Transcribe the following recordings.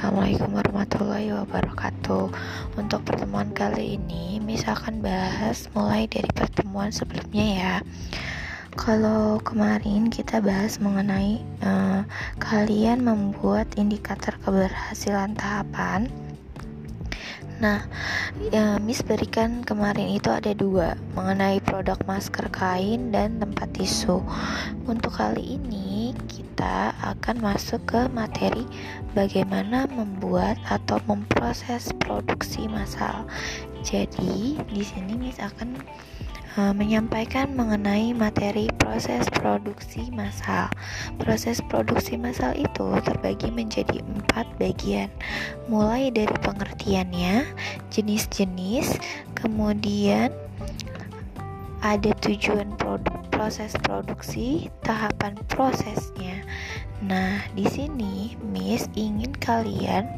Assalamualaikum warahmatullahi wabarakatuh. Untuk pertemuan kali ini, Miss akan bahas mulai dari pertemuan sebelumnya ya. Kalau kemarin kita bahas mengenai kalian membuat indikator keberhasilan tahapan. Nah, Miss berikan kemarin itu ada 2, mengenai produk masker kain dan tempat tisu. Untuk kali ini kita akan masuk ke materi bagaimana membuat atau memproses produksi massal. Jadi di sini Miss akan menyampaikan mengenai materi proses produksi massal. Proses produksi massal itu terbagi menjadi 4 bagian, mulai dari pengertiannya, jenis-jenis, kemudian ada tujuan proses produksi, tahapan prosesnya. Nah, di sini Miss ingin kalian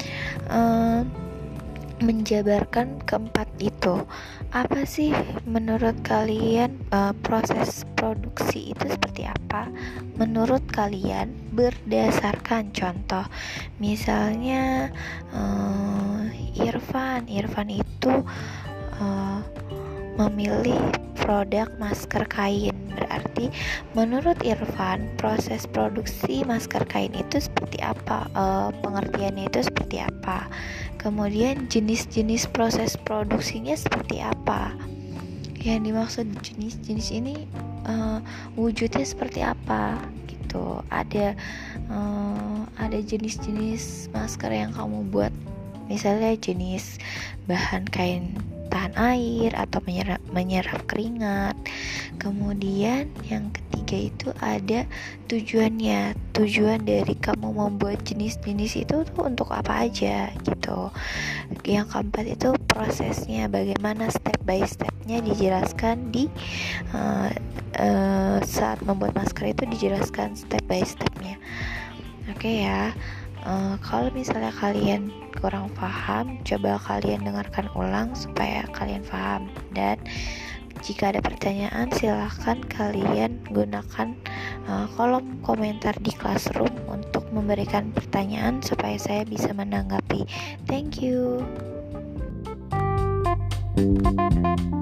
menjabarkan keempat itu. Apa sih menurut kalian proses produksi itu seperti apa? Menurut kalian berdasarkan contoh. Misalnya Irfan itu memilih produk masker kain. Berarti menurut Irfan proses produksi masker kain itu seperti apa? Pengertiannya itu seperti apa? Kemudian jenis-jenis proses produksinya seperti apa? Yang dimaksud jenis-jenis ini wujudnya seperti apa? Gitu. Ada jenis-jenis masker yang kamu buat, misalnya jenis bahan kain tahan air atau menyerap keringat. Kemudian yang ketiga itu ada tujuannya. Tujuan dari kamu membuat jenis-jenis itu tuh untuk apa aja gitu. Yang keempat itu prosesnya, bagaimana step by stepnya dijelaskan di saat membuat masker itu dijelaskan step by stepnya. Oke ya. Kalau misalnya kalian kurang paham, coba kalian dengarkan ulang supaya kalian paham. Dan jika ada pertanyaan, silahkan kalian gunakan kolom komentar di Classroom untuk memberikan pertanyaan supaya saya bisa menanggapi. Thank you.